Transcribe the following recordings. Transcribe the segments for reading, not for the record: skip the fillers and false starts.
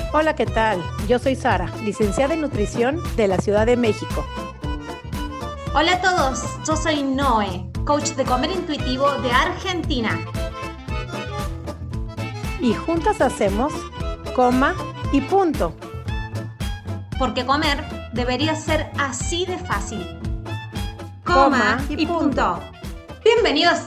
Hola, ¿qué tal? Yo soy Sara, licenciada en nutrición de la Ciudad de México. Hola a todos, yo soy Noé, coach de comer intuitivo de Argentina, Y juntas hacemos coma y punto. porque comer debería ser así de fácil. Coma Coma y y punto. punto. Bienvenidos,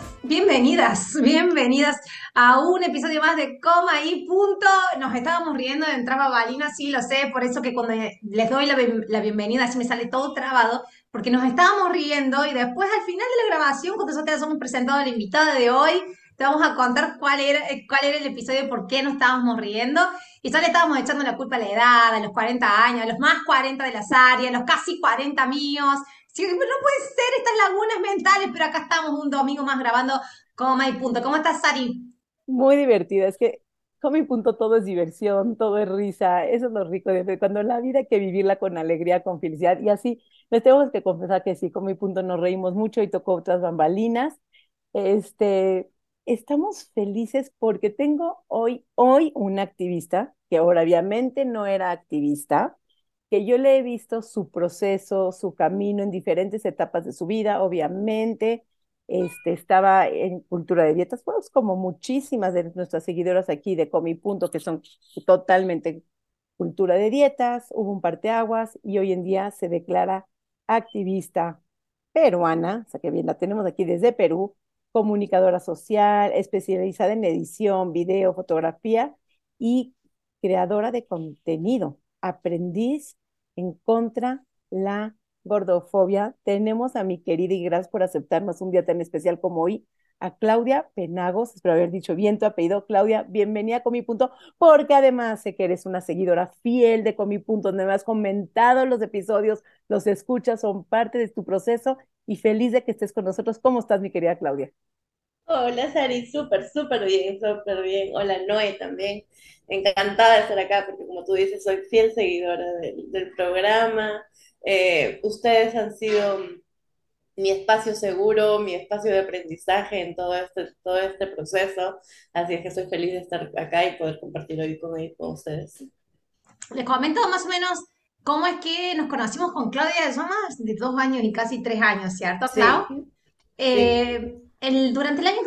bienvenidas a un episodio más de Coma y Punto. Nos estábamos riendo de entrar Balina, sí, lo sé, por eso que cuando les doy la bienvenida así me sale todo trabado, porque nos estábamos riendo y después al final de la grabación, cuando ya te hayamos presentado a la invitada de hoy, te vamos a contar cuál era el episodio y por qué nos estábamos riendo. Y ya le estábamos echando la culpa a la edad, a los 40 años, a los más 40 de las áreas, a los casi 40 míos. Sí, pero no puede ser estas lagunas mentales, pero acá estamos un domingo más grabando coma y punto. ¿Cómo estás, Sari? Muy divertida. Es que coma y punto todo es diversión, todo es risa. Eso es lo rico de cuando la vida hay que vivirla con alegría, con felicidad. Y así les tenemos que confesar que sí, coma y punto nos reímos mucho y tocó otras bambalinas. Este, Estamos felices porque tengo hoy una activista que ahora obviamente no era activista, que yo le he visto su proceso, su camino en diferentes etapas de su vida, obviamente. Estaba en cultura de dietas, pues como muchísimas de nuestras seguidoras aquí de Comi Punto, que son totalmente cultura de dietas, hubo un parteaguas y hoy en día se declara activista peruana, o sea que bien la tenemos aquí desde Perú, comunicadora social, especializada en edición, video, fotografía y creadora de contenido, aprendiz en contra la gordofobia. Tenemos a mi querida y gracias por aceptarnos un día tan especial como hoy, a Claudia Penagos, espero haber dicho bien tu apellido, Claudia, bienvenida a Comi Punto, porque además sé que eres una seguidora fiel de Comi Punto, donde me has comentado los episodios, los escuchas, son parte de tu proceso y feliz de que estés con nosotros. ¿Cómo estás, mi querida Claudia? Hola Sari, súper bien, súper bien. Hola Noé también. Encantada de estar acá porque como tú dices, soy fiel seguidora del programa. Ustedes han sido mi espacio seguro, mi espacio de aprendizaje en todo este proceso. Así es que estoy feliz de estar acá y poder compartir hoy con ustedes. Les comento más o menos cómo es que nos conocimos con Claudia, son más de 2 años y casi 3 años, ¿cierto, Clau? Sí, sí. Durante el año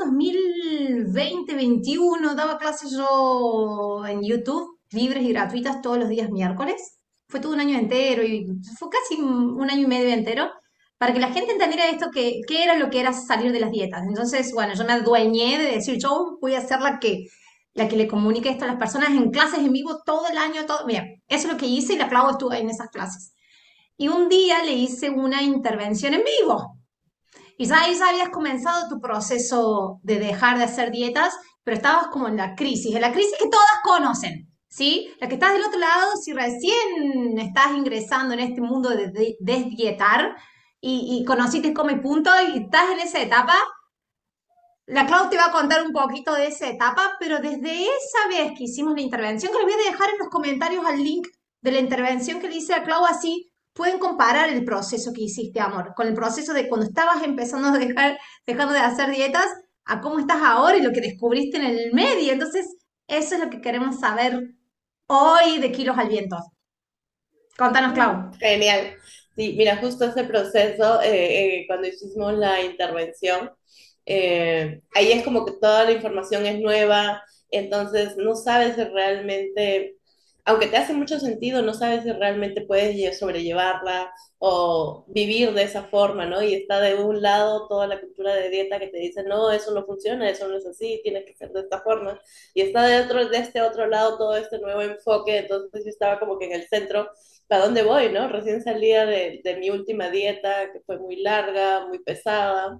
2020-21 daba clases yo en YouTube, libres y gratuitas todos los días miércoles. Fue todo un año entero y fue casi un año y medio entero para que la gente entendiera esto, qué era lo que era salir de las dietas. Entonces, bueno, yo me adueñé de decir, yo voy a ser la que le comunique esto a las personas en clases en vivo todo el año, todo. Bien, eso es lo que hice y la Clau estuvo en esas clases. Y un día le hice una intervención en vivo. Y ya ahí ya habías comenzado tu proceso de dejar de hacer dietas, pero estabas como en la crisis que todas conocen, ¿sí? La que estás del otro lado, si recién estás ingresando en este mundo de desdietar y conociste Come Punto y estás en esa etapa, la Clau te va a contar un poquito de esa etapa, pero desde esa vez que hicimos la intervención, que les voy a dejar en los comentarios al link de la intervención que le hice a Clau, así pueden comparar el proceso que hiciste, amor, con el proceso de cuando estabas empezando a dejando de hacer dietas, a cómo estás ahora y lo que descubriste en el medio. Entonces, eso es lo que queremos saber hoy de Kilos al Viento. Contanos, Clau. Genial. Sí, mira, justo ese proceso, cuando hicimos la intervención, ahí es como que toda la información es nueva, entonces no sabes si realmente, aunque te hace mucho sentido, no sabes si realmente puedes sobrellevarla o vivir de esa forma, ¿no? Y está de un lado toda la cultura de dieta que te dice, no, eso no funciona, eso no es así, tienes que ser de esta forma. Y está de este otro lado todo este nuevo enfoque, entonces yo estaba como que en el centro. ¿Para dónde voy, no? Recién salía de mi última dieta, que fue muy larga, muy pesada,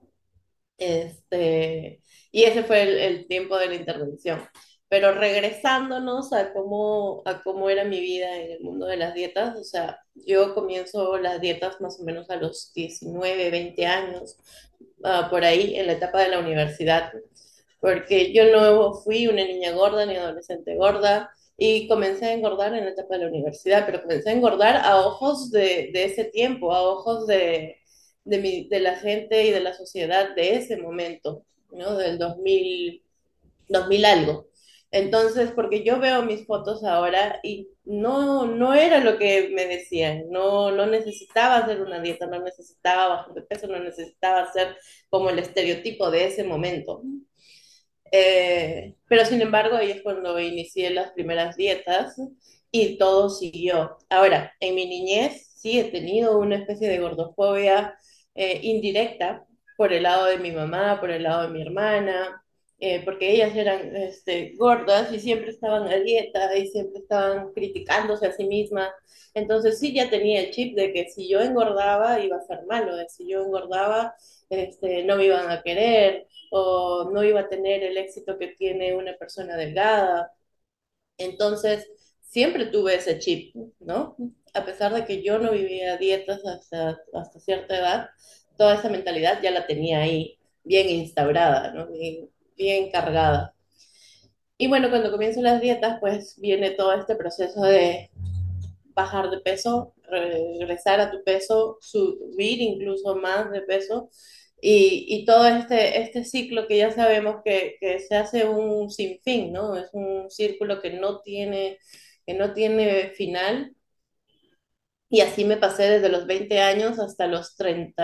y ese fue el tiempo de la intervención. Pero regresándonos a cómo era mi vida en el mundo de las dietas, o sea, yo comienzo las dietas más o menos a los 19 20 años, por ahí, en la etapa de la universidad, porque yo no fui una niña gorda ni adolescente gorda, y comencé a engordar en la etapa de la universidad, pero comencé a engordar a ojos de ese tiempo, a ojos de la gente y de la sociedad de ese momento, ¿no? Del 2000 algo. Entonces, porque yo veo mis fotos ahora y no era lo que me decían, no necesitaba hacer una dieta, no necesitaba bajar de peso, no necesitaba ser como el estereotipo de ese momento. Pero sin embargo, ahí es cuando inicié las primeras dietas y todo siguió. Ahora, en mi niñez sí he tenido una especie de gordofobia indirecta por el lado de mi mamá, por el lado de mi hermana, porque ellas eran gordas y siempre estaban a dieta y siempre estaban criticándose a sí mismas. Entonces sí ya tenía el chip de que si yo engordaba iba a ser malo, de si yo engordaba no me iban a querer o no iba a tener el éxito que tiene una persona delgada. Entonces, siempre tuve ese chip, ¿no? A pesar de que yo no vivía dietas hasta cierta edad, toda esa mentalidad ya la tenía ahí, bien instaurada, ¿no? Bien cargada. Y bueno, cuando comienzo las dietas, pues viene todo este proceso de bajar de peso, regresar a tu peso, subir incluso más de peso y todo este ciclo que ya sabemos que se hace un sinfín, ¿no? Es un círculo que no tiene final. Y así me pasé desde los 20 años hasta los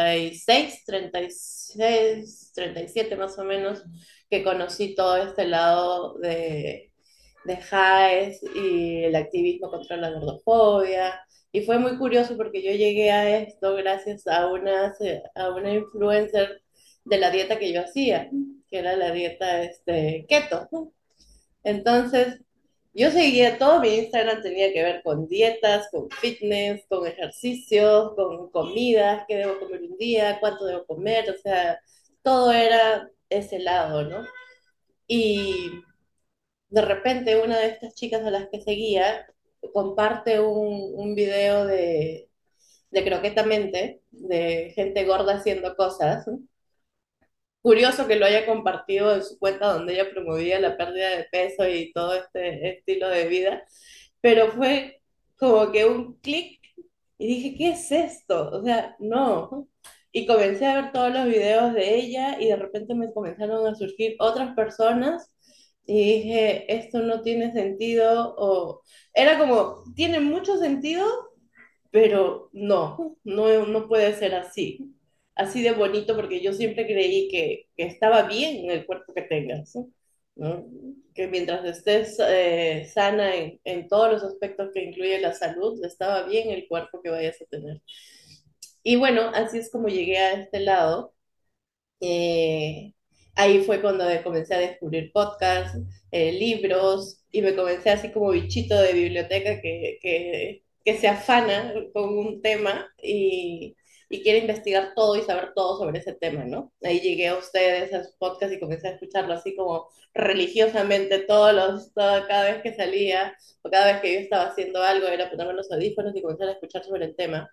36, 37 más o menos, que conocí todo este lado de Jaez y el activismo contra la gordofobia. Y fue muy curioso porque yo llegué a esto gracias a una influencer de la dieta que yo hacía, que era la dieta keto, ¿no? Entonces, yo seguía, todo mi Instagram tenía que ver con dietas, con fitness, con ejercicios, con comidas, qué debo comer un día, cuánto debo comer, o sea, todo era ese lado, ¿no? Y de repente una de estas chicas a las que seguía comparte un video de croquetamente, de gente gorda haciendo cosas. Curioso que lo haya compartido en su cuenta donde ella promovía la pérdida de peso y todo este estilo de vida, pero fue como que un clic y dije, ¿qué es esto? O sea, no. Y comencé a ver todos los videos de ella y de repente me comenzaron a surgir otras personas y dije, esto no tiene sentido o era como, tiene mucho sentido, pero no puede ser así, así de bonito, porque yo siempre creí que estaba bien en el cuerpo que tengas, ¿no? Que mientras estés sana en todos los aspectos que incluye la salud, estaba bien el cuerpo que vayas a tener. Y bueno, así es como llegué a este lado. Eh, Ahí fue cuando comencé a descubrir podcasts, libros, y me comencé así como bichito de biblioteca que se afana con un tema y quiere investigar todo y saber todo sobre ese tema, ¿no? Ahí llegué a ustedes, a sus podcasts y comencé a escucharlo así como religiosamente cada vez que salía o cada vez que yo estaba haciendo algo era ponerme los audífonos y comenzar a escuchar sobre el tema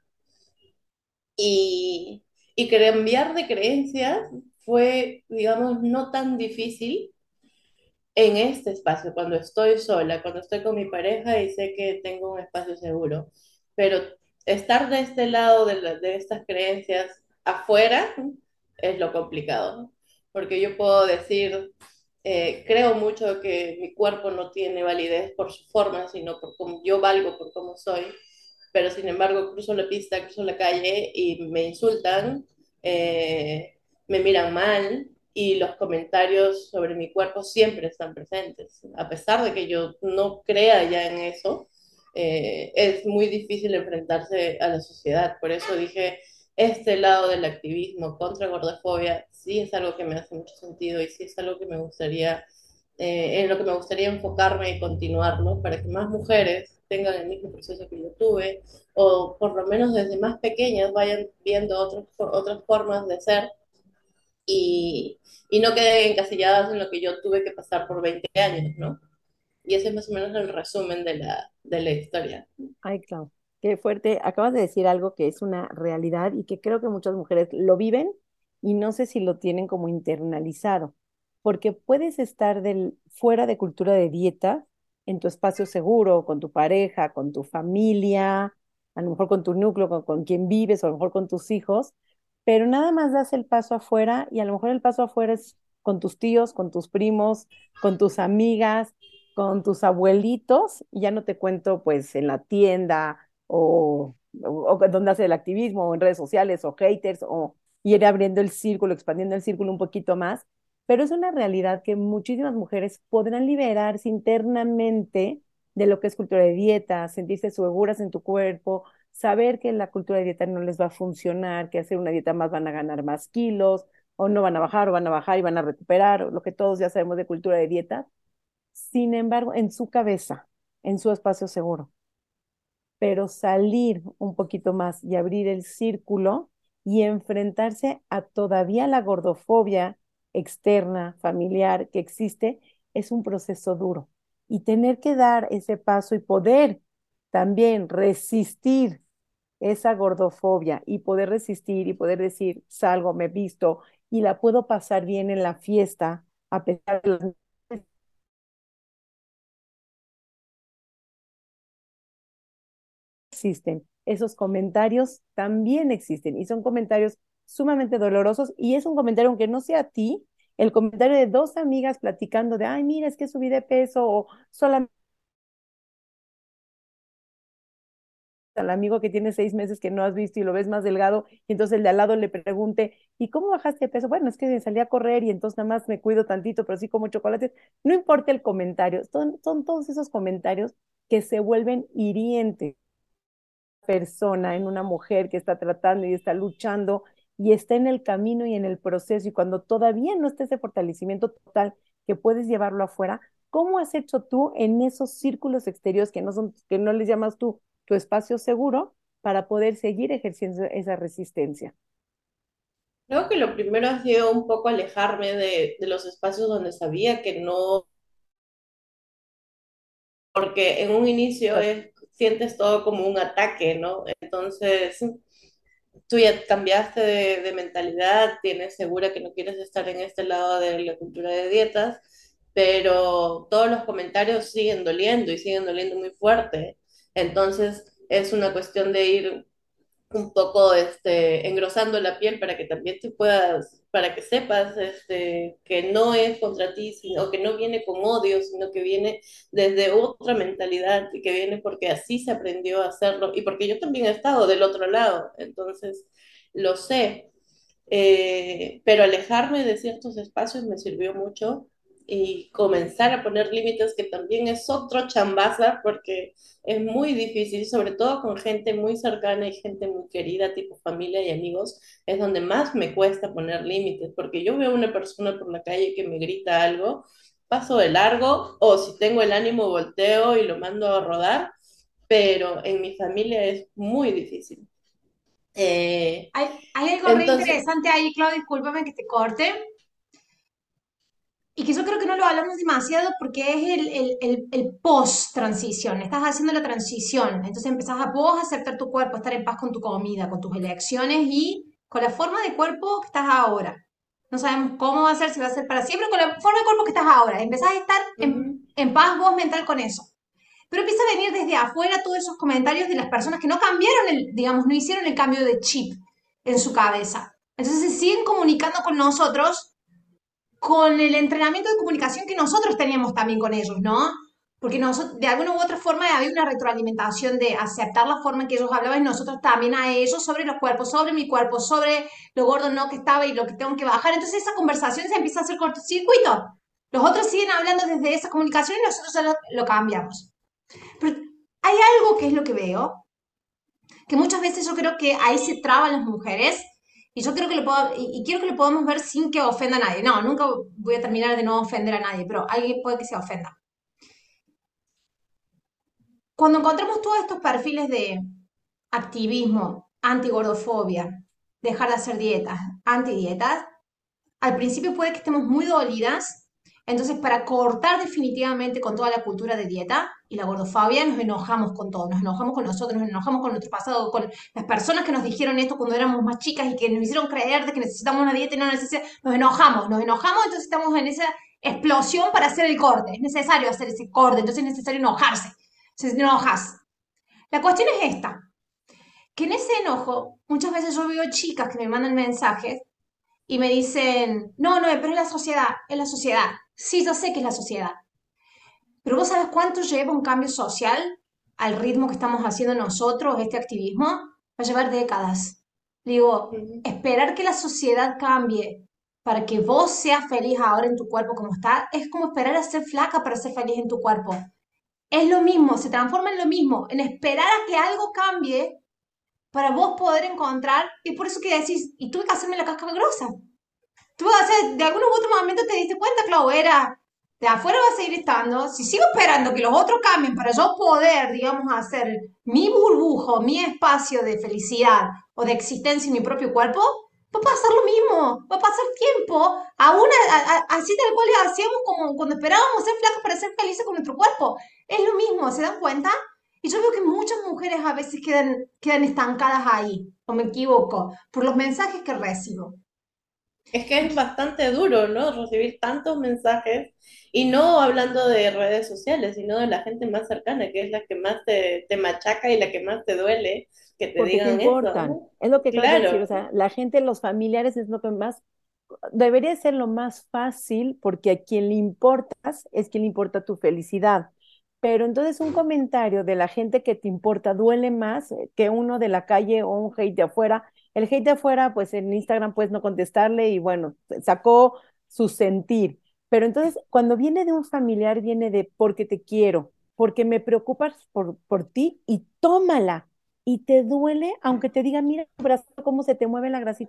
y, y cambiar de creencias fue, digamos, no tan difícil en este espacio, cuando estoy sola, cuando estoy con mi pareja y sé que tengo un espacio seguro. Pero estar de este lado de estas creencias afuera es lo complicado, ¿no? Porque yo puedo decir, creo mucho que mi cuerpo no tiene validez por su forma, sino por cómo yo valgo por cómo soy, pero sin embargo cruzo la pista, cruzo la calle y me insultan, me miran mal y los comentarios sobre mi cuerpo siempre están presentes. A pesar de que yo no crea ya en eso, es muy difícil enfrentarse a la sociedad. Por eso dije, este lado del activismo contra gordofobia sí es algo que me hace mucho sentido y sí es algo que me gustaría, en lo que me gustaría enfocarme y continuarlo para que más mujeres tengan el mismo proceso que yo tuve o por lo menos desde más pequeñas vayan viendo otras formas de ser y, y no queden encasilladas en lo que yo tuve que pasar por 20 años, ¿no? Y ese es más o menos el resumen de la historia. Ay, Clau, qué fuerte. Acabas de decir algo que es una realidad y que creo que muchas mujeres lo viven y no sé si lo tienen como internalizado, porque puedes estar fuera de cultura de dieta, en tu espacio seguro, con tu pareja, con tu familia, a lo mejor con tu núcleo, con quien vives, o a lo mejor con tus hijos, pero nada más das el paso afuera y a lo mejor el paso afuera es con tus tíos, con tus primos, con tus amigas con tus abuelitos, y ya no te cuento pues en la tienda o donde hace el activismo o en redes sociales o haters o ir abriendo el círculo, expandiendo el círculo un poquito más, pero es una realidad que muchísimas mujeres podrán liberarse internamente de lo que es cultura de dieta, sentirse seguras en tu cuerpo, saber que la cultura de dieta no les va a funcionar, que hacer una dieta más van a ganar más kilos, o no van a bajar, o van a bajar y van a recuperar, o lo que todos ya sabemos de cultura de dieta. Sin embargo, en su cabeza, en su espacio seguro, pero salir un poquito más y abrir el círculo y enfrentarse a todavía la gordofobia externa, familiar que existe, es un proceso duro. Y tener que dar ese paso y poder también resistir esa gordofobia y poder resistir y poder decir, salgo, me visto y la puedo pasar bien en la fiesta, a pesar de los existen. Esos comentarios también existen y son comentarios sumamente dolorosos y es un comentario, aunque no sea a ti, el comentario de dos amigas platicando de, ay, mira, es que subí de peso o solamente al amigo que tiene 6 meses que no has visto y lo ves más delgado y entonces el de al lado le pregunte, ¿y cómo bajaste de peso? Bueno, es que salí a correr y entonces nada más me cuido tantito, pero sí como chocolates. No importa el comentario, son todos esos comentarios que se vuelven hirientes persona, en una mujer que está tratando y está luchando y está en el camino y en el proceso y cuando todavía no está ese fortalecimiento total que puedes llevarlo afuera, ¿cómo has hecho tú en esos círculos exteriores que no son, que no les llamas tú tu espacio seguro para poder seguir ejerciendo esa resistencia? Creo que lo primero ha sido un poco alejarme de los espacios donde sabía que no, porque en un inicio sientes todo como un ataque, ¿no? Entonces, tú ya cambiaste de mentalidad, tienes segura que no quieres estar en este lado de la cultura de dietas, pero todos los comentarios siguen doliendo muy fuerte. Entonces, es una cuestión de ir un poco engrosando la piel para que también te puedas, para que sepas que no es contra ti, sino que no viene con odio, sino que viene desde otra mentalidad y que viene porque así se aprendió a hacerlo y porque yo también he estado del otro lado, entonces lo sé. Pero alejarme de ciertos espacios me sirvió mucho y comenzar a poner límites, que también es otro chambaza, porque es muy difícil, sobre todo con gente muy cercana y gente muy querida, tipo familia y amigos, es donde más me cuesta poner límites, porque yo veo una persona por la calle que me grita algo, paso de largo, o si tengo el ánimo volteo y lo mando a rodar, pero en mi familia es muy difícil. Eh, Hay algo re entonces, interesante ahí, Claudia, discúlpame que te corte, y que yo creo que no lo hablamos demasiado porque es el post-transición. Estás haciendo la transición, entonces empezás a vos a aceptar tu cuerpo, a estar en paz con tu comida, con tus elecciones y con la forma de cuerpo que estás ahora. No sabemos cómo va a ser, si va a ser para siempre, con la forma de cuerpo que estás ahora. Empezás a estar ujú. en paz vos mental con eso. Pero empieza a venir desde afuera todos esos comentarios de las personas que no cambiaron digamos, no hicieron el cambio de chip en su cabeza. Entonces se siguen comunicando con nosotros con el entrenamiento de comunicación que nosotros teníamos también con ellos, ¿no? Porque nosotros, de alguna u otra forma había una retroalimentación de aceptar la forma en que ellos hablaban y nosotros también a ellos sobre los cuerpos, sobre mi cuerpo, sobre lo gordo no que estaba y lo que tengo que bajar. Entonces esa conversación se empieza a hacer cortocircuito. Los otros siguen hablando desde esa comunicación y nosotros ya lo cambiamos. Pero hay algo que es lo que veo, que muchas veces yo creo que ahí se traban las mujeres y yo creo que y quiero que lo podamos ver sin que ofenda a nadie. No, nunca voy a terminar de no ofender a nadie, pero alguien puede que se ofenda. Cuando encontramos todos estos perfiles de activismo, antigordofobia, dejar de hacer dietas, antidietas, al principio puede que estemos muy dolidas, entonces para cortar definitivamente con toda la cultura de dieta y la gordofobia nos enojamos con todo, nos enojamos con nosotros, nos enojamos con nuestro pasado, con las personas que nos dijeron esto cuando éramos más chicas y que nos hicieron creer de que necesitamos una dieta y no necesitamos, nos enojamos, entonces estamos en esa explosión para hacer el corte, es necesario hacer ese corte, entonces es necesario enojarse, se enojas. La cuestión es esta, que en ese enojo muchas veces yo veo chicas que me mandan mensajes y me dicen, no, no, pero es la sociedad, es la sociedad. Sí, yo sé que es la sociedad. Pero vos sabés cuánto lleva un cambio social al ritmo que estamos haciendo nosotros, este activismo. Va a llevar décadas. Digo, Ujú. esperar que la sociedad cambie para que vos seas feliz ahora en tu cuerpo como está, es como esperar a ser flaca para ser feliz en tu cuerpo. Es lo mismo, se transforma en lo mismo, en esperar a que algo cambie para vos poder encontrar, y por eso que decís, y tuve que hacerme la casca grosa. Tú, o sea, de algún u otro momento te diste cuenta, Clau, era, de afuera va a seguir estando, si sigo esperando que los otros cambien para yo poder, digamos, hacer mi burbujo, mi espacio de felicidad o de existencia en mi propio cuerpo, va a pasar lo mismo, va a pasar tiempo, aún así tal cual le hacíamos como cuando esperábamos ser flacos para ser felices con nuestro cuerpo. Es lo mismo, ¿se dan cuenta? Y yo veo que muchas mujeres a veces quedan estancadas ahí, o me equivoco, por los mensajes que recibo. Es que es bastante duro, ¿no? Recibir tantos mensajes y no hablando de redes sociales, sino de la gente más cercana, que es la que más te machaca y la que más te duele que te porque te digan eso, importan. ¿no? Es lo que acabas de decir, o Claro, sea, la gente, los familiares es lo que más, debería ser lo más fácil porque a quien le importas es quien le importa tu felicidad. Pero entonces un comentario de la gente que te importa duele más que uno de la calle o un hate de afuera. El hate de afuera, pues en Instagram puedes no contestarle y bueno, sacó su sentir. Pero entonces cuando viene de un familiar, viene de porque te quiero, porque me preocupas por ti y tómala y te duele, aunque te diga, mira, tu brazo, cómo se te mueve la grasita.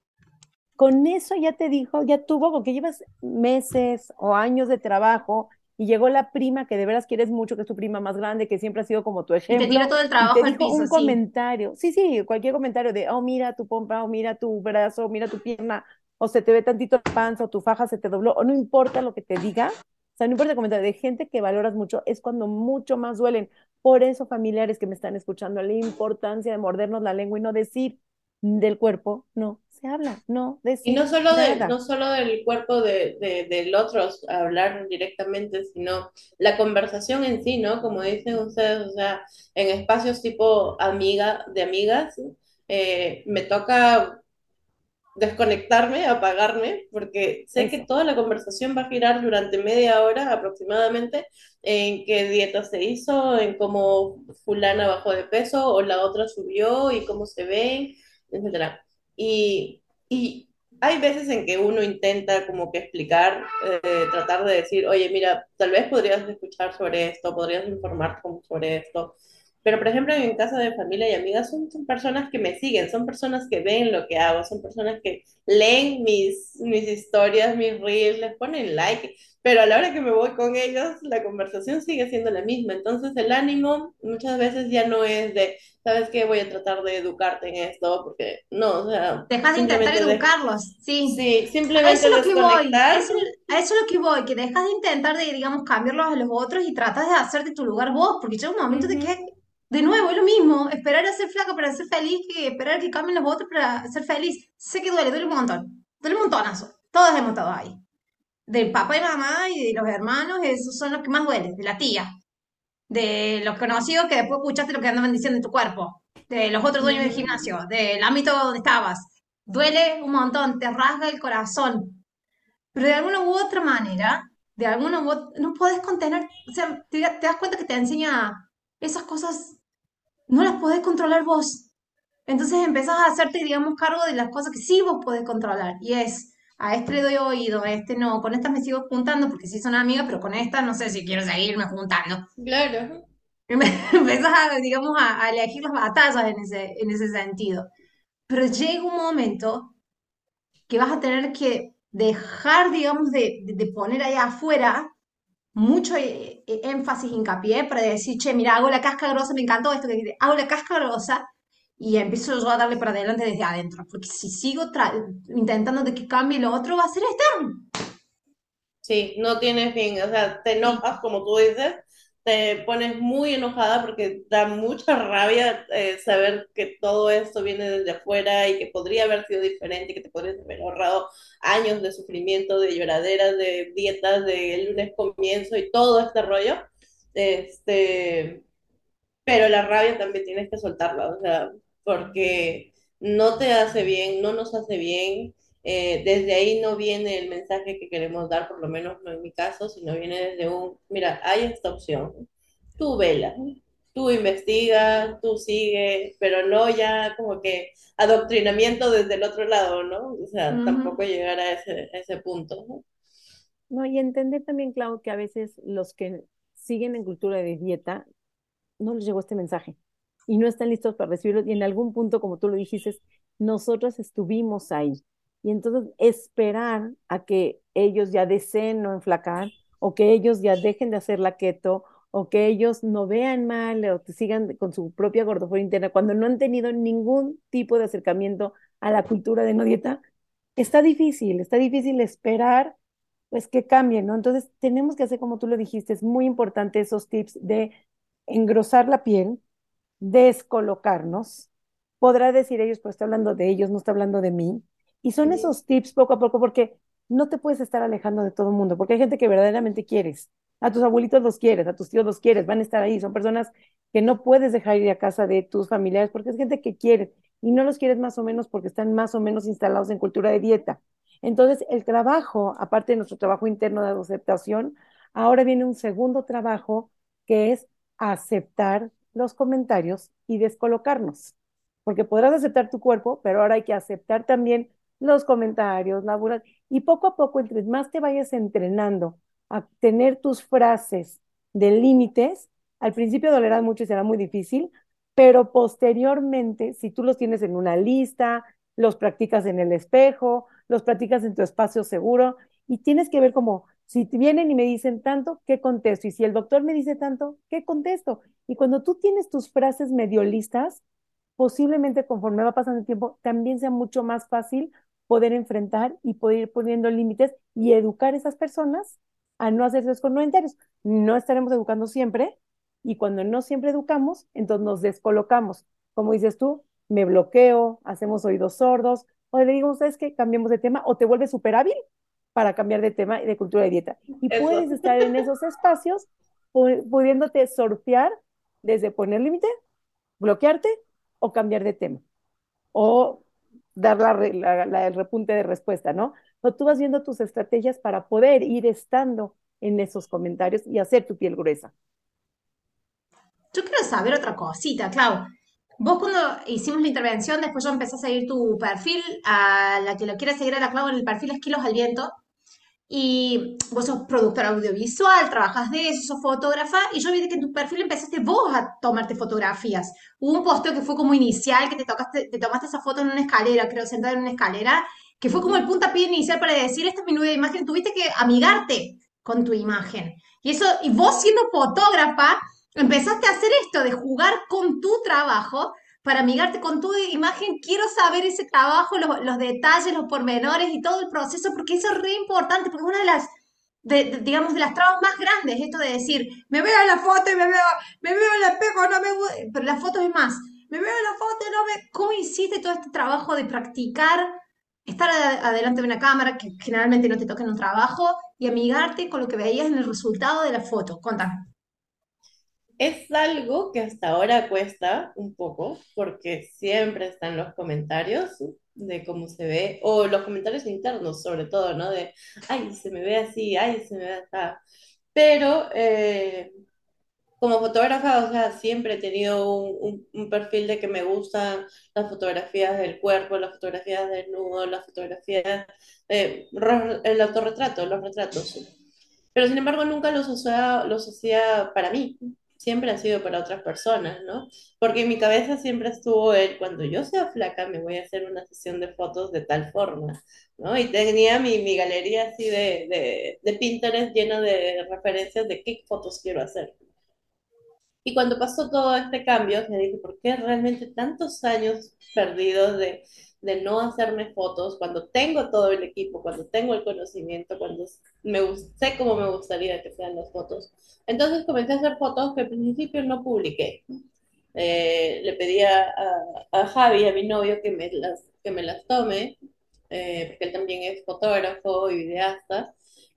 Con eso ya te dijo, ya tuvo, porque llevas meses o años de trabajo y llegó la prima que de veras quieres mucho, que es tu prima más grande, que siempre ha sido como tu Y te tiro ejemplo, todo el y te trabajo al dijo piso, un sí. comentario, sí, sí, cualquier comentario de, oh, mira tu pompa, oh, mira tu brazo, mira tu pierna, o se te ve tantito la panza, o tu faja se te dobló, o no importa lo que te diga, o sea, no importa el comentario de gente que valoras mucho, es cuando mucho más duelen. Por eso, familiares que me están escuchando, la importancia de mordernos la lengua y no decir del cuerpo, no se habla, no y decir no solo nada. no solo del cuerpo del otro, hablar directamente, sino la conversación en sí, ¿no? Como dicen ustedes, o sea, en espacios tipo de amigas, me toca desconectarme, apagarme, porque sé que Eso. toda la conversación va a girar durante media hora aproximadamente en qué dieta se hizo, en cómo fulana bajó de peso o la otra subió y cómo se ven, etcétera. Y hay veces en que uno intenta como que explicar, tratar de decir, oye, mira, tal vez podrías escuchar sobre esto, podrías informarte sobre esto, pero, por ejemplo, en casa de familia y amigas son personas que me siguen, son personas que ven lo que hago, son personas que leen mis historias, mis reels, les ponen like, pero a la hora que me voy con ellos, la conversación sigue siendo la misma. Entonces, el ánimo muchas veces ya no es de, ¿sabes qué? Voy a tratar de educarte en esto, porque no, o sea, Dejas de intentar simplemente, educarlos, sí. sí, A eso simplemente es lo que voy, desconectar. a eso es lo que voy, que dejas de intentar de, digamos, cambiarlos a los otros y tratas de hacerte tu lugar vos, porque llega un momento de que, Ujú. de nuevo, es lo mismo, esperar a ser flaca para ser feliz que esperar a que cambien los otros para ser feliz. Sé que duele, duele un montón, duele un montonazo. Todos hemos estado ahí. Del papá y mamá y de los hermanos, esos son los que más duelen, de la tía, de los conocidos que después escuchaste lo que andaban diciendo en tu cuerpo, de los otros dueños del Ujú. gimnasio, del ámbito donde estabas. Duele un montón, te rasga el corazón, pero de alguna u otra manera, de alguna u otra, no podés contener, o sea, te das cuenta que te enseña esas cosas, no las podés controlar vos. Entonces empezás a hacerte, digamos, cargo de las cosas que sí vos podés controlar. Y es, a este le doy oído, a este no, con estas me sigo juntando porque sí son amigas, pero con esta no sé si quiero seguirme juntando. Claro. Empezás a, digamos, a elegir las batallas en ese sentido. Pero llega un momento que vas a tener que dejar, digamos, de poner ahí afuera mucho énfasis, hincapié para decir, che, mira, hago la casca grosa, me encantó esto que dice, hago la casca grosa y empiezo yo a darle para adelante desde adentro, porque si sigo intentando de que cambie lo otro, va a ser externo. Sí, no tiene fin, o sea, te Sí, enojas, como tú dices, te pones muy enojada porque da mucha rabia saber que todo esto viene desde afuera y que podría haber sido diferente, que te podrías haber ahorrado años de sufrimiento, de lloraderas, de dietas, de el lunes comienzo y todo este rollo. Este, pero la rabia también tienes que soltarla, o sea, porque no te hace bien, no nos hace bien Desde ahí no viene el mensaje que queremos dar, por lo menos no en mi caso, sino viene desde mira, hay esta opción, tú vela, tú investiga, tú sigue, pero no ya como que adoctrinamiento desde el otro lado, ¿no? O sea, Ujú. tampoco llegar a ese punto, ¿no? No, y entender también, Clau, que a veces los que siguen en cultura de dieta no les llegó este mensaje y no están listos para recibirlo. Y en algún punto, como tú lo dijiste, nosotros estuvimos ahí. Y entonces esperar a que ellos ya deseen no enflacar o que ellos ya dejen de hacer la keto o que ellos no vean mal o que sigan con su propia gordofobia interna cuando no han tenido ningún tipo de acercamiento a la cultura de no dieta, está difícil esperar pues que cambien, ¿no? Entonces tenemos que hacer como tú lo dijiste, es muy importante esos tips de engrosar la piel, descolocarnos. Podrá decir ellos, pero está hablando de ellos, no está hablando de mí. Y son Ujú. esos tips poco a poco, porque no te puedes estar alejando de todo el mundo, porque hay gente que verdaderamente quieres. A tus abuelitos los quieres, a tus tíos los quieres, van a estar ahí. Son personas que no puedes dejar ir a casa de tus familiares porque es gente que quieres y no los quieres más o menos porque están más o menos instalados en cultura de dieta. Entonces, el trabajo, aparte de nuestro trabajo interno de aceptación, ahora viene un segundo trabajo que es aceptar los comentarios y descolocarnos. Porque podrás aceptar tu cuerpo, pero ahora hay que aceptar también los comentarios, la burla. Y poco a poco, entre más te vayas entrenando a tener tus frases de límites, al principio dolerá mucho y será muy difícil, pero posteriormente, si tú los tienes en una lista, los practicas en el espejo, los practicas en tu espacio seguro y tienes que ver como si vienen y me dicen tanto, ¿qué contesto? Y si el doctor me dice tanto, ¿qué contesto? Y cuando tú tienes tus frases medio listas, posiblemente conforme va pasando el tiempo, también sea mucho más fácil poder enfrentar y poder ir poniendo límites y educar a esas personas a no hacerse esos comentarios. No estaremos educando siempre y cuando no siempre educamos, entonces nos descolocamos. Como dices tú, me bloqueo, hacemos oídos sordos, o le digo, ¿sabes qué? Cambiemos de tema o te vuelves súper hábil para cambiar de tema y de cultura de dieta. Y puedes Eso. estar en esos espacios pudiéndote sortear desde poner límite, bloquearte o cambiar de tema o dar el repunte de respuesta, ¿no? Pero tú vas viendo tus estrategias para poder ir estando en esos comentarios y hacer tu piel gruesa. Yo quiero saber otra cosita, Clau. Vos cuando hicimos la intervención, después yo empecé a seguir tu perfil, a la que lo quiere seguir a la Clau en el perfil es Kilos al Viento, y vos sos productora audiovisual, trabajas de eso, sos fotógrafa, y yo vi que en tu perfil empezaste vos a tomarte fotografías. Hubo un posteo que fue como inicial, que te tomaste esa foto en una escalera, creo, sentada en una escalera, que fue como el puntapié inicial para decir, esta es mi nueva imagen, tuviste que amigarte con tu imagen. Y eso, y vos siendo fotógrafa, empezaste a hacer esto de jugar con tu trabajo para amigarte con tu imagen. Quiero saber ese trabajo, los detalles, los pormenores y todo el proceso, porque eso es re importante, porque es una de las, digamos, de las trabas más grandes, esto de decir, me veo en la foto y me veo en el espejo, no me pero la foto es más, me veo en la foto y no me... ¿Cómo hiciste todo este trabajo de practicar, estar adelante de una cámara, que generalmente no te toca en un trabajo, y amigarte con lo que veías en el resultado de la foto? Contame. Es algo que hasta ahora cuesta un poco, porque siempre están los comentarios de cómo se ve, o los comentarios internos sobre todo, ¿no? De, ay, se me ve así, ay, se me ve así. Pero como fotógrafa, o sea, siempre he tenido un perfil de que me gustan las fotografías del cuerpo, las fotografías desnudo, las fotografías, el autorretrato, los retratos. Pero sin embargo nunca los hacía para mí, siempre ha sido para otras personas, ¿no? Porque en mi cabeza siempre estuvo el, cuando yo sea flaca me voy a hacer una sesión de fotos de tal forma, ¿no? Y tenía mi galería así de Pinterest llena de referencias de qué fotos quiero hacer. Y cuando pasó todo este cambio, me dije, ¿por qué realmente tantos años perdidos de no hacerme fotos cuando tengo todo el equipo, cuando tengo el conocimiento, cuando sé cómo me gustaría que sean las fotos? Entonces comencé a hacer fotos que al principio no publiqué. Le pedí a Javi, a mi novio, que me las tome, porque él también es fotógrafo y videasta.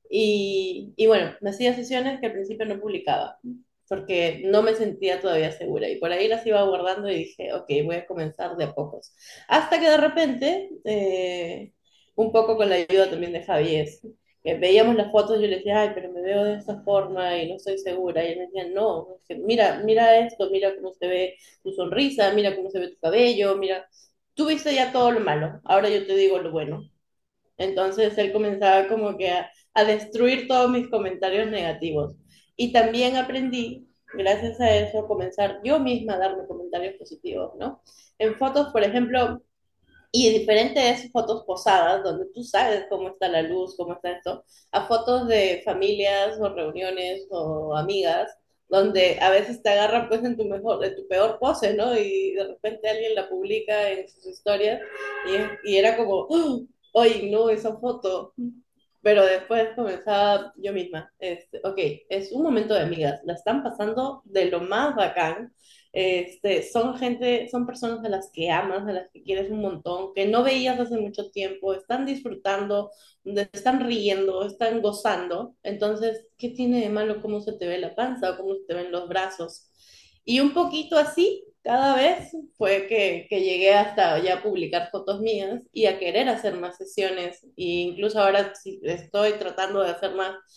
Y bueno, me hacía sesiones que al principio no publicaba porque no me sentía todavía segura. Y por ahí las iba guardando y dije, ok, voy a comenzar de a pocos. Hasta que de repente un poco con la ayuda también de Javier. Veíamos las fotos, yo le decía, ay, pero me veo de esta forma y no estoy segura. Y él me decía, no, es que mira, mira esto, mira cómo se ve tu sonrisa, mira cómo se ve tu cabello, mira, tú viste ya todo lo malo, ahora yo te digo lo bueno. Entonces él comenzaba como que a destruir todos mis comentarios negativos. Y también aprendí, gracias a eso, a comenzar yo misma a darme comentarios positivos, ¿no? En fotos, por ejemplo, y diferente es fotos posadas, donde tú sabes cómo está la luz, cómo está esto, a fotos de familias o reuniones o amigas, donde a veces te agarran pues en tu mejor, en tu peor pose, ¿no? Y de repente alguien la publica en sus historias y era como, ¡oh! ¡Ay, no, esa foto! Pero después comenzaba yo misma, ok, es un momento de amigas, la están pasando de lo más bacán, son gente, son personas a las que amas, a las que quieres un montón, que no veías hace mucho tiempo, están disfrutando, están riendo, están gozando. Entonces, ¿qué tiene de malo cómo se te ve la panza o cómo se te ven los brazos? Y un poquito así, cada vez fue que llegué hasta ya a publicar fotos mías y a querer hacer más sesiones. E incluso ahora sí estoy tratando de hacer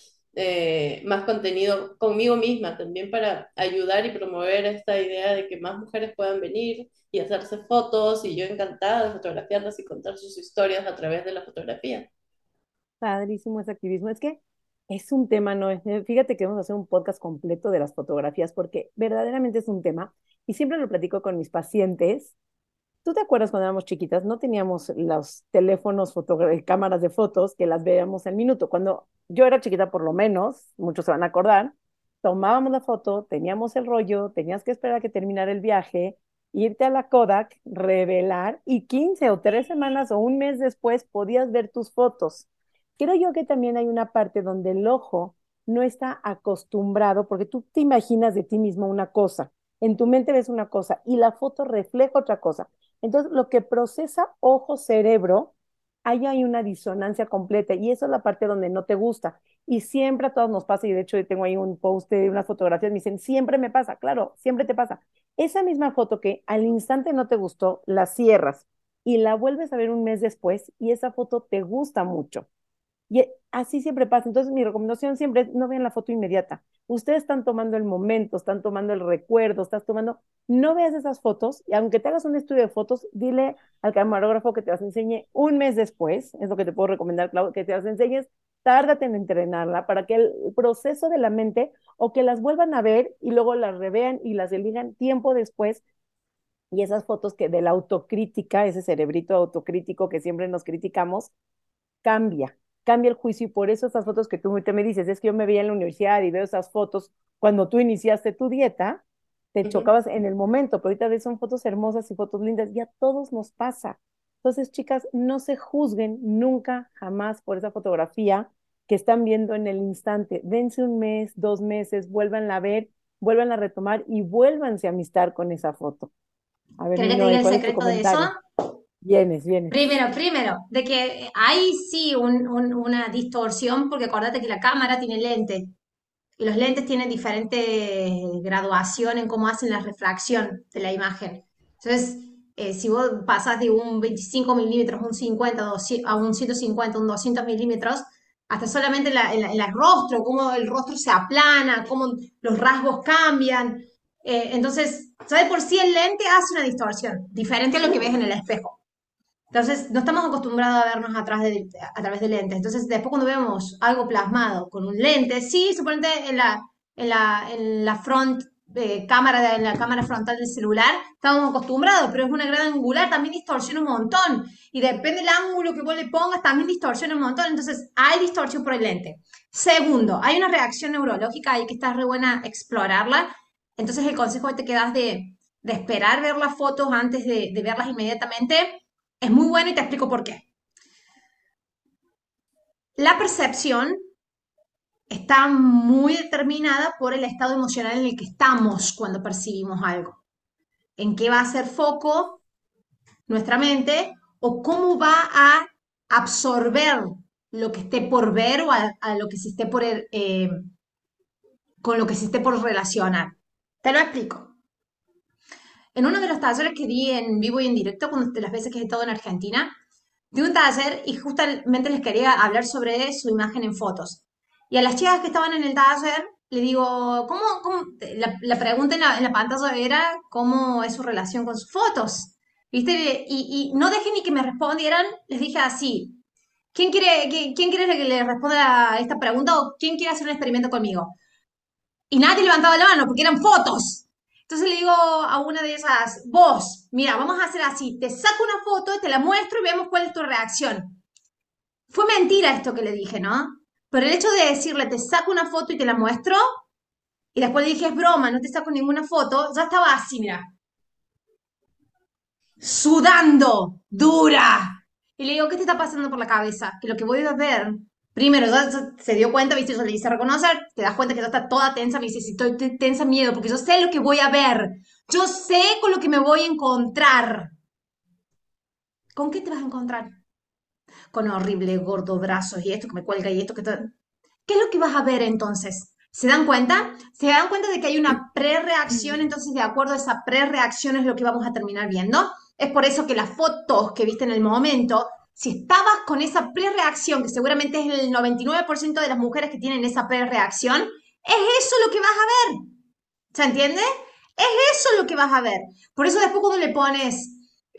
más contenido conmigo misma también para ayudar y promover esta idea de que más mujeres puedan venir y hacerse fotos y yo encantada de fotografiarlas y contar sus historias a través de la fotografía. Padrísimo ese activismo. Es que es un tema, ¿no? Fíjate que vamos a hacer un podcast completo de las fotografías porque verdaderamente es un tema y siempre lo platico con mis pacientes. ¿Tú te acuerdas cuando éramos chiquitas? No teníamos los teléfonos, cámaras de fotos que las veíamos al minuto. Cuando yo era chiquita, por lo menos, muchos se van a acordar, tomábamos la foto, teníamos el rollo, tenías que esperar a que terminara el viaje, irte a la Kodak, revelar y 15 o 3 semanas o un mes después podías ver tus fotos. Creo yo que también hay una parte donde el ojo no está acostumbrado, porque tú te imaginas de ti mismo una cosa, en tu mente ves una cosa y la foto refleja otra cosa. Entonces, lo que procesa ojo-cerebro, ahí hay una disonancia completa y eso es la parte donde no te gusta. Y siempre a todos nos pasa, y de hecho yo tengo ahí un post de unas fotografías, me dicen, siempre me pasa, claro, siempre te pasa. Esa misma foto que al instante no te gustó, la cierras y la vuelves a ver un mes después y esa foto te gusta mucho. Y así siempre pasa. Entonces, mi recomendación siempre es no vean la foto inmediata. Ustedes están tomando el momento, están tomando el recuerdo, estás tomando, no veas esas fotos y aunque te hagas un estudio de fotos, dile al camarógrafo que te las enseñe un mes después, es lo que te puedo recomendar, Clau, que te las enseñes, tárdate en entrenarla para que el proceso de la mente o que las vuelvan a ver y luego las revean y las elijan tiempo después y esas fotos que de la autocrítica, ese cerebrito autocrítico que siempre nos criticamos, cambia, cambia el juicio y por eso esas fotos que tú te me dices, es que yo me veía en la universidad y veo esas fotos cuando tú iniciaste tu dieta, te Ujú. chocabas en el momento, pero ahorita ves son fotos hermosas y fotos lindas, y a todos nos pasa. Entonces, chicas, no se juzguen nunca, jamás por esa fotografía que están viendo en el instante. Dense un mes, 2 meses, vuélvanla a ver, vuelvan a retomar y vuélvanse a amistar con esa foto. A ver, ¿Querés mi que te diga Noé, el ¿cuál es tu secreto de eso? comentario? Vienes. Primero, de que hay sí una distorsión, porque acordate que la cámara tiene lente y los lentes tienen diferente graduación en cómo hacen la refracción de la imagen. Entonces, si vos pasás de un 25 milímetros, un 50, a un 150, un 200 milímetros, hasta solamente en la rostro, cómo el rostro se aplana, cómo los rasgos cambian. Entonces, ya de por sí el lente hace una distorsión, diferente a lo que ves en el espejo. Entonces, no estamos acostumbrados a vernos a través de lentes. Entonces, después cuando vemos algo plasmado con un lente, sí, suponete en la cámara, en la cámara frontal del celular, estamos acostumbrados, pero es una gran angular, también distorsiona un montón. Y depende del ángulo que vos le pongas, también distorsiona un montón. Entonces, hay distorsión por el lente. Segundo, hay una reacción neurológica ahí que está re buena explorarla. Entonces, el consejo que te quedas de esperar ver las fotos antes de verlas inmediatamente es muy bueno y te explico por qué. La percepción está muy determinada por el estado emocional en el que estamos cuando percibimos algo. En qué va a hacer foco nuestra mente o cómo va a absorber lo que esté por ver o a lo que se esté con lo que se esté por relacionar. Te lo explico. En uno de los talleres que di en vivo y en directo, cuando, de las veces que he estado en Argentina, de un taller y justamente les quería hablar sobre su imagen en fotos. Y a las chicas que estaban en el taller, le digo, La pregunta en la pantalla era cómo es su relación con sus fotos, ¿viste? Y no dejé ni que me respondieran, les dije así, quién quiere que le responda a esta pregunta o quién quiere hacer un experimento conmigo? Y nadie levantaba la mano porque eran fotos. Entonces le digo a una de esas, vos, mira, vamos a hacer así, te saco una foto, te la muestro y vemos cuál es tu reacción. Fue mentira esto que le dije, ¿no? Pero el hecho de decirle, te saco una foto y te la muestro, y después le dije, es broma, no te saco ninguna foto, ya estaba así, mira, sudando, dura. Y le digo, ¿qué te está pasando por la cabeza? Que lo que voy a ver, primero, ya se dio cuenta, viste, yo le hice reconocer, te das cuenta que ya está toda tensa, me dice, si estoy tensa miedo, porque yo sé lo que voy a ver, yo sé con lo que me voy a encontrar. ¿Con qué te vas a encontrar? Con horrible gordo brazos y esto que me cuelga y esto que está... ¿Qué es lo que vas a ver entonces? ¿Se dan cuenta? Se dan cuenta de que hay una prereacción, entonces de acuerdo a esa prereacción es lo que vamos a terminar viendo. Es por eso que las fotos que viste en el momento, si estabas con esa prereacción, que seguramente es el 99% de las mujeres que tienen esa prereacción, es eso lo que vas a ver. ¿Se entiende? Es eso lo que vas a ver. Por eso después cuando le pones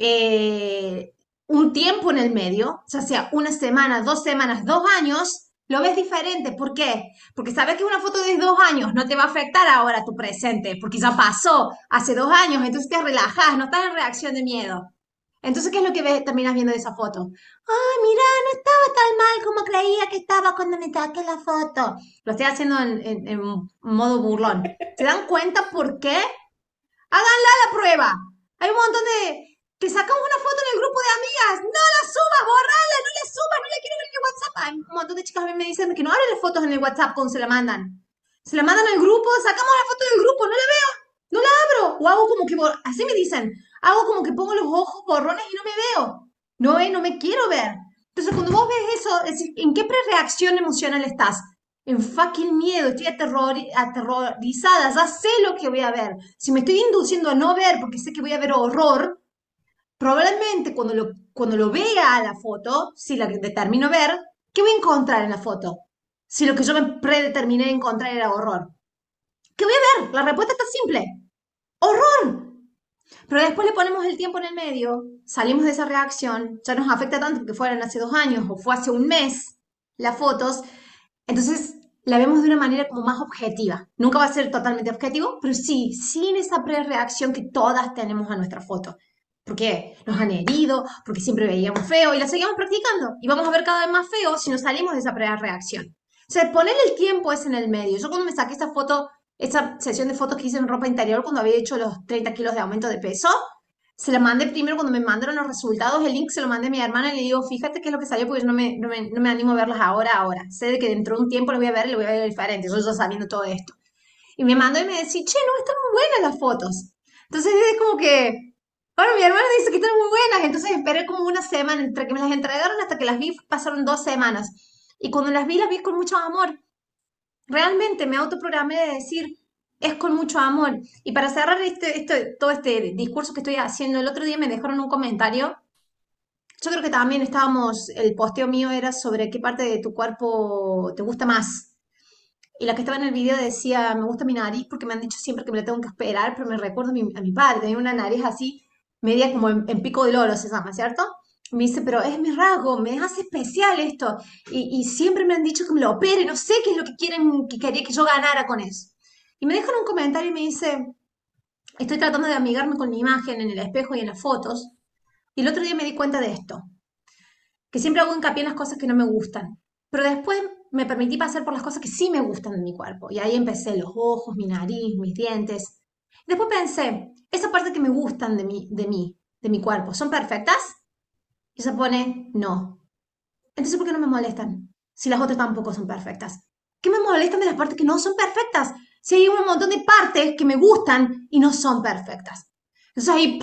un tiempo en el medio, ya sea una semana, 2 semanas, 2 años, lo ves diferente. ¿Por qué? Porque sabes que una foto de 2 años no te va a afectar ahora tu presente, porque ya pasó hace 2 años, entonces te relajas, no estás en reacción de miedo. Entonces, ¿qué es lo que terminas viendo de esa foto? Ay, mira, no estaba tan mal como creía que estaba cuando me saqué la foto. Lo estoy haciendo en modo burlón. ¿Se dan cuenta por qué? Háganla la prueba. Hay un montón de... Te sacamos una foto en el grupo de amigas. No la subas, borrala, no la subas, no la quiero ver en el WhatsApp. Hay un montón de chicas a mí me dicen que no abren las fotos en el WhatsApp cuando se la mandan. Se la mandan al grupo, sacamos la foto del grupo, no la veo, no la abro. O hago como que... Así me dicen. Hago como que pongo los ojos borrones y no me veo. No, no me quiero ver. Entonces, cuando vos ves eso, es decir, ¿en qué prereacción emocional estás? En fucking miedo, estoy aterrorizada, ya sé lo que voy a ver. Si me estoy induciendo a no ver porque sé que voy a ver horror, probablemente cuando lo vea a la foto, si la que determino ver, ¿qué voy a encontrar en la foto? Si lo que yo me predeterminé encontrar era horror. ¿Qué voy a ver? La respuesta está simple. ¡Horror! Pero después le ponemos el tiempo en el medio, salimos de esa reacción, ya nos afecta tanto porque fueran hace 2 años o fue hace un mes las fotos, entonces la vemos de una manera como más objetiva. Nunca va a ser totalmente objetivo, pero sí, sin esa pre-reacción que todas tenemos a nuestra foto. Porque nos han herido, porque siempre veíamos feo y la seguimos practicando. Y vamos a ver cada vez más feo si no salimos de esa pre-reacción. O sea, poner el tiempo es en el medio. Yo cuando me saqué esa foto, esa sesión de fotos que hice en ropa interior cuando había hecho los 30 kilos de aumento de peso, se la mandé primero cuando me mandaron los resultados, el link se lo mandé a mi hermana y le digo, fíjate qué es lo que salió porque yo no me animo a verlas ahora. Sé de que dentro de un tiempo las voy a ver y lo voy a ver diferente, yo ya sabiendo todo esto. Y me mandó y me decía, che, no, están muy buenas las fotos. Entonces es como que, bueno, mi hermana dice que están muy buenas, entonces esperé como una semana entre que me las entregaron hasta que las vi, pasaron 2 semanas. Y cuando las vi con mucho amor. Realmente me autoprogramé de decir, es con mucho amor. Y para cerrar todo este discurso que estoy haciendo, el otro día me dejaron un comentario. Yo creo que también el posteo mío era sobre qué parte de tu cuerpo te gusta más. Y la que estaba en el video decía, me gusta mi nariz porque me han dicho siempre que me la tengo que esperar, pero me recuerdo a mi padre, tenía una nariz así, media como en pico de oro se llama, ¿cierto? Me dice, pero es mi rasgo, me hace especial esto. Y siempre me han dicho que me lo opere, no sé qué es lo que quieren, que quería que yo ganara con eso. Y me dejan un comentario y me dice, estoy tratando de amigarme con mi imagen en el espejo y en las fotos. Y el otro día me di cuenta de esto, que siempre hago hincapié en las cosas que no me gustan. Pero después me permití pasar por las cosas que sí me gustan de mi cuerpo. Y ahí empecé los ojos, mi nariz, mis dientes. Después pensé, esa parte que me gustan de mi cuerpo, ¿son perfectas? Y se pone, no. Entonces, ¿por qué no me molestan? Si las otras tampoco son perfectas. ¿Qué me molestan de las partes que no son perfectas? Si hay un montón de partes que me gustan y no son perfectas. Entonces ahí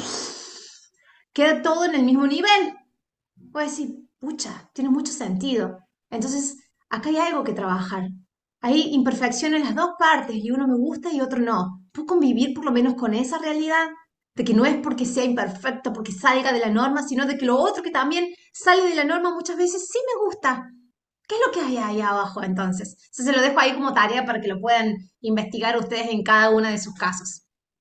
queda todo en el mismo nivel. Voy a decir, pucha, tiene mucho sentido. Entonces, acá hay algo que trabajar. Hay imperfecciones en las dos partes y uno me gusta y otro no. ¿Puedo convivir por lo menos con esa realidad? de que no es porque sea imperfecto, porque salga de la norma, sino de que lo otro que también sale de la norma muchas veces sí me gusta. ¿Qué es lo que hay ahí abajo entonces? Eso se lo dejo ahí como tarea para que lo puedan investigar ustedes en cada uno de sus casos.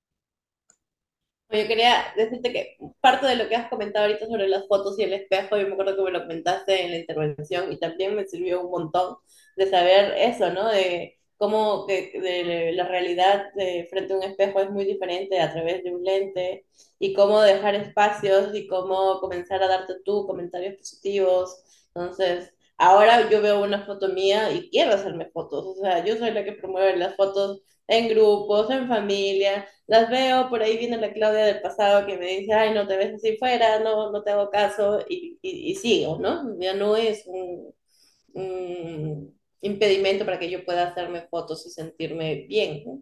Yo quería decirte que parte de lo que has comentado ahorita sobre las fotos y el espejo, yo me acuerdo que me lo comentaste en la intervención y también me sirvió un montón de saber eso, ¿no? De cómo que de la realidad de frente a un espejo es muy diferente a través de un lente y cómo dejar espacios y cómo comenzar a darte tú comentarios positivos. Entonces, ahora yo veo una foto mía y quiero hacerme fotos, o sea, yo soy la que promueve las fotos en grupos, en familia, las veo, por ahí viene la Claudia del pasado que me dice, ay, no te ves así fuera, no, no te hago caso, y sigo, ¿no? Ya no es un impedimento para que yo pueda hacerme fotos y sentirme bien, ¿no?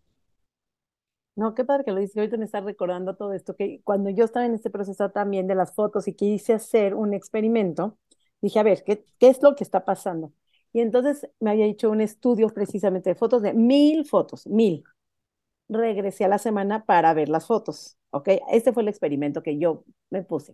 No, qué padre que lo dices. Ahorita me está recordando todo esto, que cuando yo estaba en este proceso también de las fotos y quise hacer un experimento, dije, a ver, ¿qué es lo que está pasando? Y entonces me había hecho un estudio precisamente de fotos de 1000 fotos, 1000. Regresé a la semana para ver las fotos, ¿ok? Este fue el experimento que yo me puse.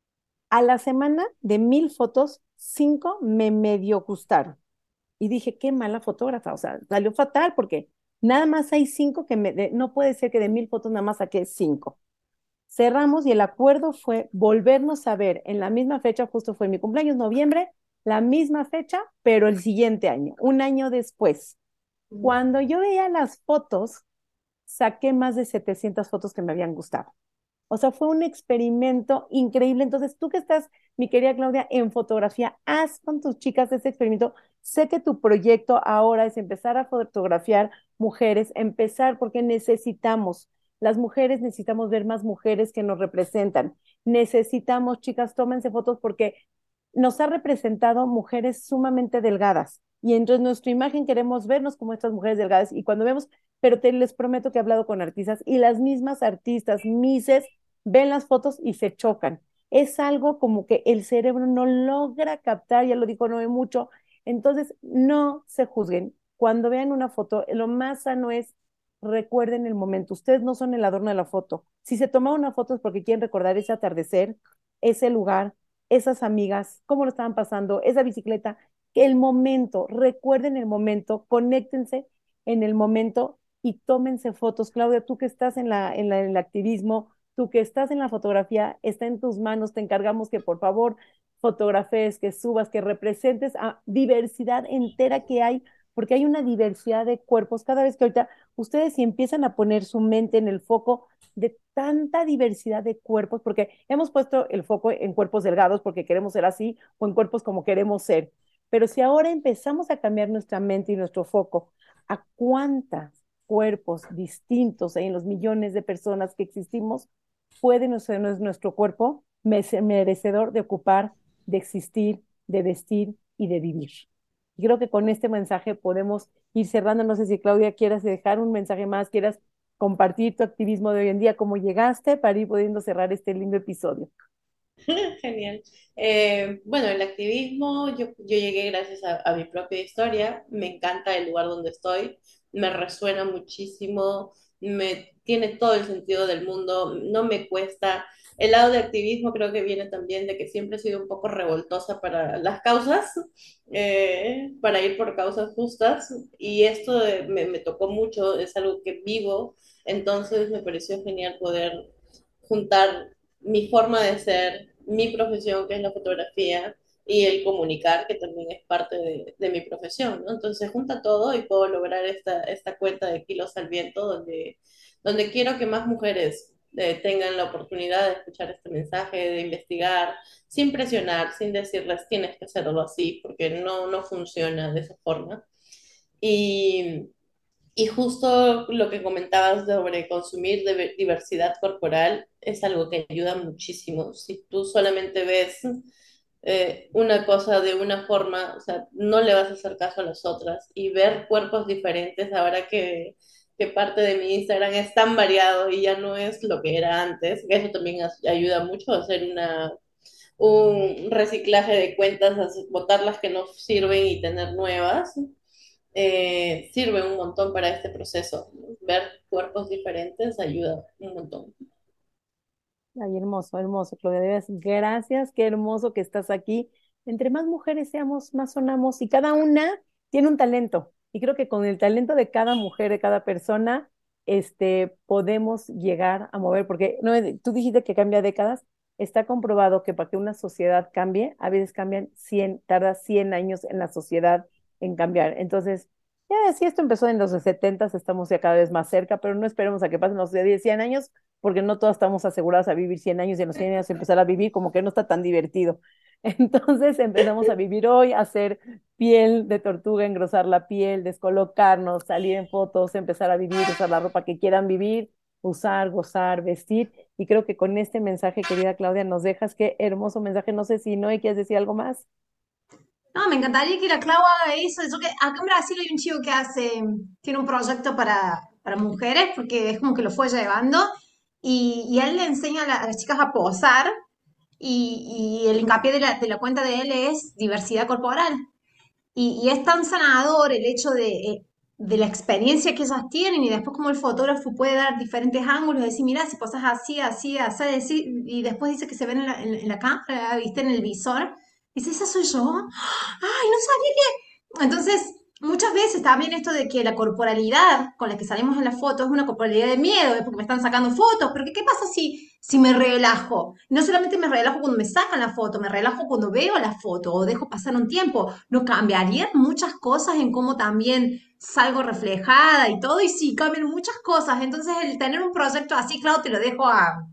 A la semana de 1000 fotos, 5 me medio gustaron. Y dije, qué mala fotógrafa, o sea, salió fatal porque nada más hay 5 no puede ser que de 1000 fotos nada más saqué 5. Cerramos y el acuerdo fue volvernos a ver en la misma fecha, justo fue mi cumpleaños, noviembre, la misma fecha, pero el siguiente año, un año después. Cuando yo veía las fotos, saqué más de 700 fotos que me habían gustado. O sea, fue un experimento increíble. Entonces, tú que estás, mi querida Claudia, en fotografía, haz con tus chicas ese experimento. Sé que tu proyecto ahora es empezar a fotografiar mujeres, empezar porque necesitamos, las mujeres necesitamos ver más mujeres que nos representan. Necesitamos, chicas, tómense fotos porque nos ha representado mujeres sumamente delgadas. Y entonces nuestra imagen queremos vernos como estas mujeres delgadas. Y cuando vemos, pero les prometo que he hablado con artistas y las mismas artistas, mises, ven las fotos y se chocan. Es algo como que el cerebro no logra captar, ya lo dijo Noé mucho. Entonces, no se juzguen. Cuando vean una foto, lo más sano es recuerden el momento. Ustedes no son el adorno de la foto. Si se toma una foto es porque quieren recordar ese atardecer, ese lugar, esas amigas, cómo lo estaban pasando, esa bicicleta, el momento, recuerden el momento, conéctense en el momento y tómense fotos. Claudia, tú que estás en el activismo, tú que estás en la fotografía, está en tus manos, te encargamos que por favor fotografes, que subas, que representes a diversidad entera que hay, porque hay una diversidad de cuerpos. Cada vez que ahorita ustedes si empiezan a poner su mente en el foco de tanta diversidad de cuerpos, porque hemos puesto el foco en cuerpos delgados porque queremos ser así, o en cuerpos como queremos ser. Pero si ahora empezamos a cambiar nuestra mente y nuestro foco a cuántos cuerpos distintos hay en los millones de personas que existimos, puede nuestro cuerpo merecedor de ocupar, de existir, de vestir y de vivir. Y creo que con este mensaje podemos ir cerrando. No sé si Claudia quieras dejar un mensaje más, quieras compartir tu activismo de hoy en día, cómo llegaste para ir pudiendo cerrar este lindo episodio. Genial. Bueno, el activismo, yo llegué gracias a mi propia historia, me encanta el lugar donde estoy, me resuena muchísimo, me tiene todo el sentido del mundo, no me cuesta. El lado de activismo creo que viene también de que siempre he sido un poco revoltosa para las causas, para ir por causas justas, y esto me tocó mucho, es algo que vivo, entonces me pareció genial poder juntar mi forma de ser, mi profesión, que es la fotografía, y el comunicar, que también es parte de mi profesión, ¿no? Entonces junta todo y puedo lograr esta cuenta de kilos al viento, donde quiero que más mujeres tengan la oportunidad de escuchar este mensaje, de investigar, sin presionar, sin decirles tienes que hacerlo así, porque no, no funciona de esa forma. Y, y justo lo que comentabas sobre consumir diversidad corporal es algo que ayuda muchísimo. Si tú solamente ves una cosa de una forma, o sea, no le vas a hacer caso a las otras y ver cuerpos diferentes ahora que parte de mi Instagram es tan variado y ya no es lo que era antes, que eso también ayuda mucho a hacer un reciclaje de cuentas, a botar las que no sirven y tener nuevas, sirve un montón para este proceso, ¿no? Ver cuerpos diferentes ayuda un montón. Ay, hermoso, hermoso, Claudia, de veras, gracias, qué hermoso que estás aquí. Entre más mujeres seamos, más sonamos y cada una tiene un talento. Y creo que con el talento de cada mujer, de cada persona, podemos llegar a mover, porque no, tú dijiste que cambia décadas, está comprobado que para que una sociedad cambie, a veces cambian 100, tarda 100 años en la sociedad en cambiar. Entonces, ya si esto empezó en los 70, estamos ya cada vez más cerca, pero no esperemos a que pasen los 10, 100 años porque no todas estamos aseguradas a vivir 100 años y en los 100 años empezar a vivir como que no está tan divertido. Entonces empezamos a vivir hoy, a hacer piel de tortuga, engrosar la piel, descolocarnos, salir en fotos, empezar a vivir, usar la ropa que quieran vivir, usar, gozar, vestir. Y creo que con este mensaje, querida Claudia, nos dejas qué hermoso mensaje. No sé si no quieres decir algo más. No, me encantaría que la Clau haga eso. Yo que acá en Brasil hay un chico que tiene un proyecto para mujeres, porque es como que lo fue llevando, y él le enseña a las chicas a posar, y el hincapié de la cuenta de él es diversidad corporal. Y es tan sanador el hecho de la experiencia que ellas tienen y después como el fotógrafo puede dar diferentes ángulos, decir, mira, si posas así, así, así, y después dice que se ven en la cámara, viste, en el visor, dice, ¿esa soy yo? ¡Ay, no sabía que! Entonces, muchas veces también esto de que la corporalidad con la que salimos en la foto es una corporalidad de miedo, es porque me están sacando fotos, pero ¿qué pasa si me relajo? No solamente me relajo cuando me sacan la foto, me relajo cuando veo la foto o dejo pasar un tiempo. No cambiarían muchas cosas en cómo también salgo reflejada y todo, y sí, cambian muchas cosas. Entonces, el tener un proyecto así, claro, te lo dejo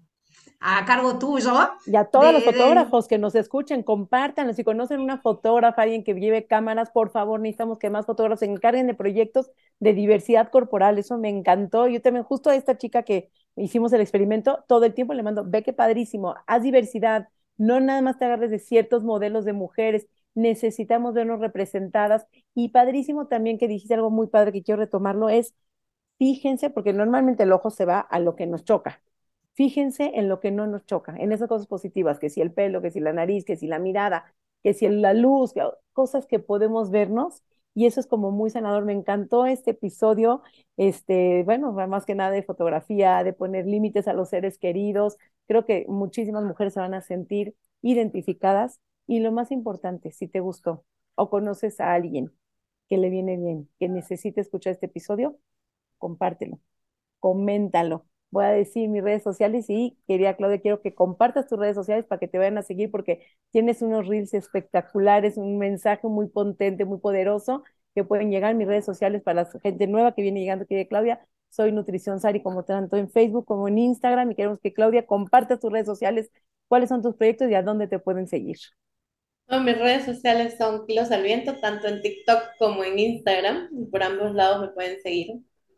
a cargo tuyo, Y a todos los de fotógrafos que nos escuchen, compártanlo. Si conocen una fotógrafa, alguien que lleve cámaras, por favor, necesitamos que más fotógrafos se encarguen de proyectos de diversidad corporal. Eso me encantó. Yo también, justo a esta chica que hicimos el experimento, todo el tiempo le mando, ve qué padrísimo, haz diversidad. No nada más te agarres de ciertos modelos de mujeres. Necesitamos vernos representadas. Y padrísimo también que dijiste algo muy padre que quiero retomarlo, es fíjense, porque normalmente el ojo se va a lo que nos choca. Fíjense en lo que no nos choca, en esas cosas positivas, que si el pelo, que si la nariz, que si la mirada, que si la luz, cosas que podemos vernos. Y eso es como muy sanador. Me encantó este episodio, bueno, más que nada de fotografía, de poner límites a los seres queridos. Creo que muchísimas mujeres se van a sentir identificadas. Y lo más importante, si te gustó o conoces a alguien que le viene bien, que necesite escuchar este episodio, compártelo, coméntalo. Voy a decir mis redes sociales y quería, Claudia, quiero que compartas tus redes sociales para que te vayan a seguir porque tienes unos reels espectaculares, un mensaje muy potente, muy poderoso que pueden llegar a mis redes sociales para la gente nueva que viene llegando aquí de Claudia. Soy Nutrición Sari, como tanto en Facebook como en Instagram y queremos que Claudia comparta tus redes sociales, cuáles son tus proyectos y a dónde te pueden seguir. No, mis redes sociales son Kilos al Viento, tanto en TikTok como en Instagram. Por ambos lados me pueden seguir.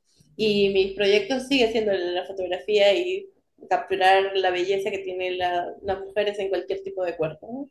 Y mis proyectos sigue siendo la fotografía y capturar la belleza que tienen las mujeres en cualquier tipo de cuerpo.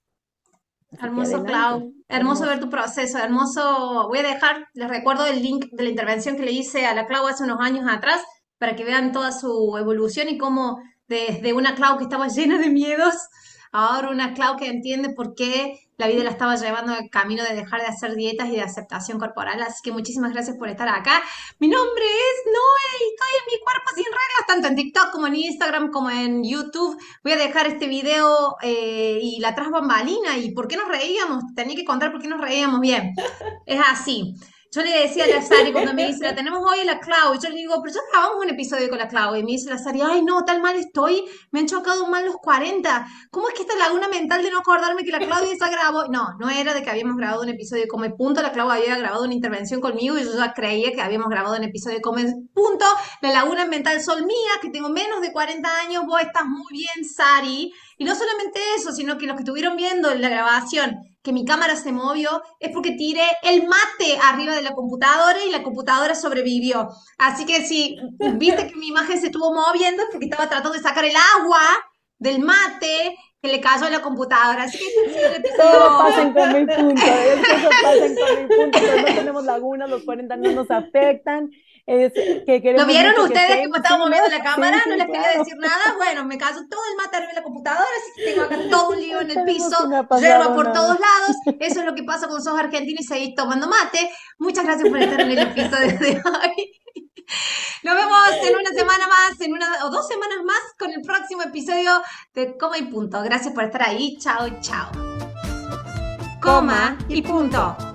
Así que hermoso, adelante, Clau. Hermoso ver hermoso. tu proceso. Hermoso. Voy a dejar, les recuerdo el link de la intervención que le hice a la Clau hace unos años atrás para que vean toda su evolución y cómo desde una Clau que estaba llena de miedos, ahora una Clau que entiende por qué la vida la estaba llevando al camino de dejar de hacer dietas y de aceptación corporal. Así que muchísimas gracias por estar acá. Mi nombre es Noé y estoy en mi cuerpo sin reglas, tanto en TikTok como en Instagram como en YouTube. Voy a dejar este video y la tras bambalina. ¿Y por qué nos reíamos? Tenía que contar por qué nos reíamos bien. Es así. Yo le decía a la Sari cuando me dice, la tenemos hoy en la Clau, y yo le digo, pero ya grabamos un episodio con la Clau, y me dice la Sari, ay no, tal mal estoy, me han chocado mal los 40. ¿Cómo es que esta laguna mental de no acordarme que la Claudia ya grabó? No, no era de que habíamos grabado un episodio de Come Punto, la Clau había grabado una intervención conmigo y yo ya creía que habíamos grabado un episodio de Come Punto. La laguna mental son mía, que tengo menos de 40 años, vos estás muy bien, Sari. Y no solamente eso, sino que los que estuvieron viendo en la grabación que mi cámara se movió es porque tiré el mate arriba de la computadora y la computadora sobrevivió. Así que si viste que mi imagen se estuvo moviendo es porque estaba tratando de sacar el agua del mate que le cayó a la computadora. Así que este ha sido el Todo pasa en episodio. Come y Punto, es que eso pasa en Come y Punto, pero no tenemos lagunas, los 40 no nos afectan, es que ¿Lo queremos vieron mucho que ustedes que me estén, estaba sí, ¿no? moviendo la cámara? Sí, No sí, les quería claro. decir nada. Bueno, me cayó todo el mate arriba de la computadora, así que tengo acá todo un lío en el Esperemos piso, que no ha yerba pasado por todos nada. lados. Eso es lo que pasa cuando sos argentino y seguís tomando mate. Muchas gracias por estar en el episodio de hoy. Nos vemos en una semana más, en una o 2 semanas más con el próximo episodio de Coma y Punto. Gracias por estar ahí. Chao, chao. Coma y punto.